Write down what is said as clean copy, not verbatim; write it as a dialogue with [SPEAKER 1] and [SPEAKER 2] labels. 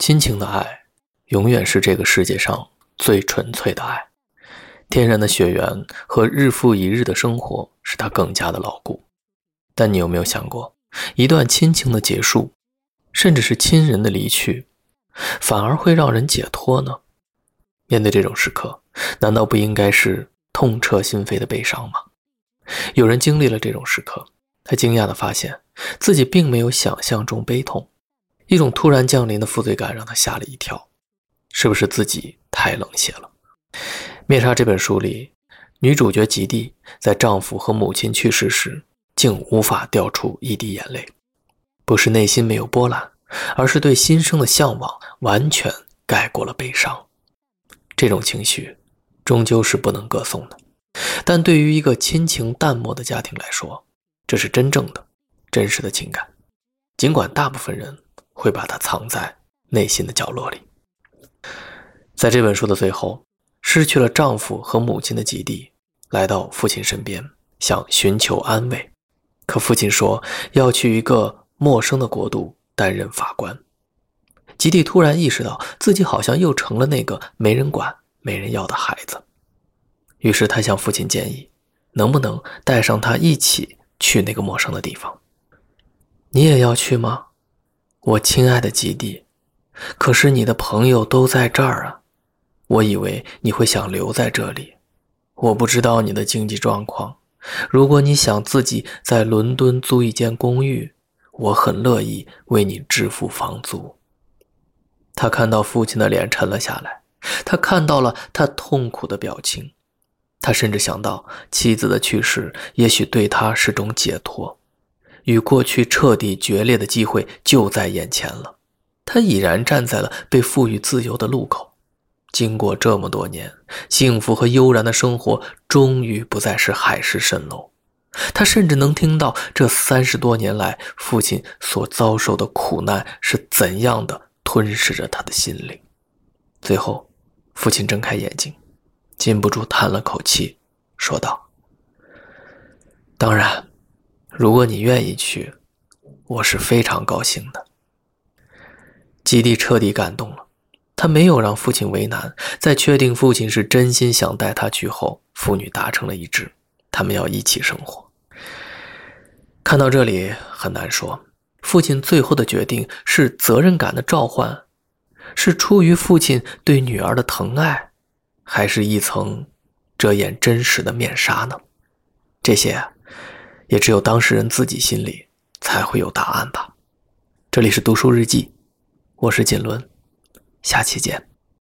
[SPEAKER 1] 亲情的爱永远是这个世界上最纯粹的爱，天然的血缘和日复一日的生活使它更加的牢固。但你有没有想过，一段亲情的结束，甚至是亲人的离去，反而会让人解脱呢？面对这种时刻，难道不应该是痛彻心扉的悲伤吗？有人经历了这种时刻，他惊讶地发现自己并没有想象中悲痛，一种突然降临的负罪感让他吓了一跳，是不是自己太冷血了？灭杀这本书里，女主角吉蒂在丈夫和母亲去世时竟无法掉出一滴眼泪，不是内心没有波澜，而是对新生的向往完全盖过了悲伤。这种情绪终究是不能歌颂的，但对于一个亲情淡漠的家庭来说，这是真正的真实的情感，尽管大部分人会把它藏在内心的角落里。在这本书的最后，失去了丈夫和母亲的吉蒂来到父亲身边，想寻求安慰，可父亲说要去一个陌生的国度担任法官。吉蒂突然意识到自己好像又成了那个没人管没人要的孩子，于是他向父亲建议，能不能带上他一起去那个陌生的地方。你也要去吗？我亲爱的吉蒂，可是你的朋友都在这儿啊，我以为你会想留在这里。我不知道你的经济状况，如果你想自己在伦敦租一间公寓，我很乐意为你支付房租。他看到父亲的脸沉了下来，他看到了他痛苦的表情，他甚至想到妻子的去世也许对他是种解脱，与过去彻底决裂的机会就在眼前了。他已然站在了被赋予自由的路口，经过这么多年，幸福和悠然的生活终于不再是海市蜃楼。他甚至能听到这30多年来父亲所遭受的苦难是怎样的吞噬着他的心灵。最后，父亲睁开眼睛，禁不住叹了口气，说道：当然，如果你愿意去，我是非常高兴的。吉蒂彻底感动了，他没有让父亲为难，在确定父亲是真心想带他去后，父女达成了一致，他们要一起生活。看到这里很难说，父亲最后的决定是责任感的召唤，是出于父亲对女儿的疼爱，还是一层遮掩真实的面纱呢？这些也只有当事人自己心里才会有答案吧。这里是读书日记，我是锦纶，下期见。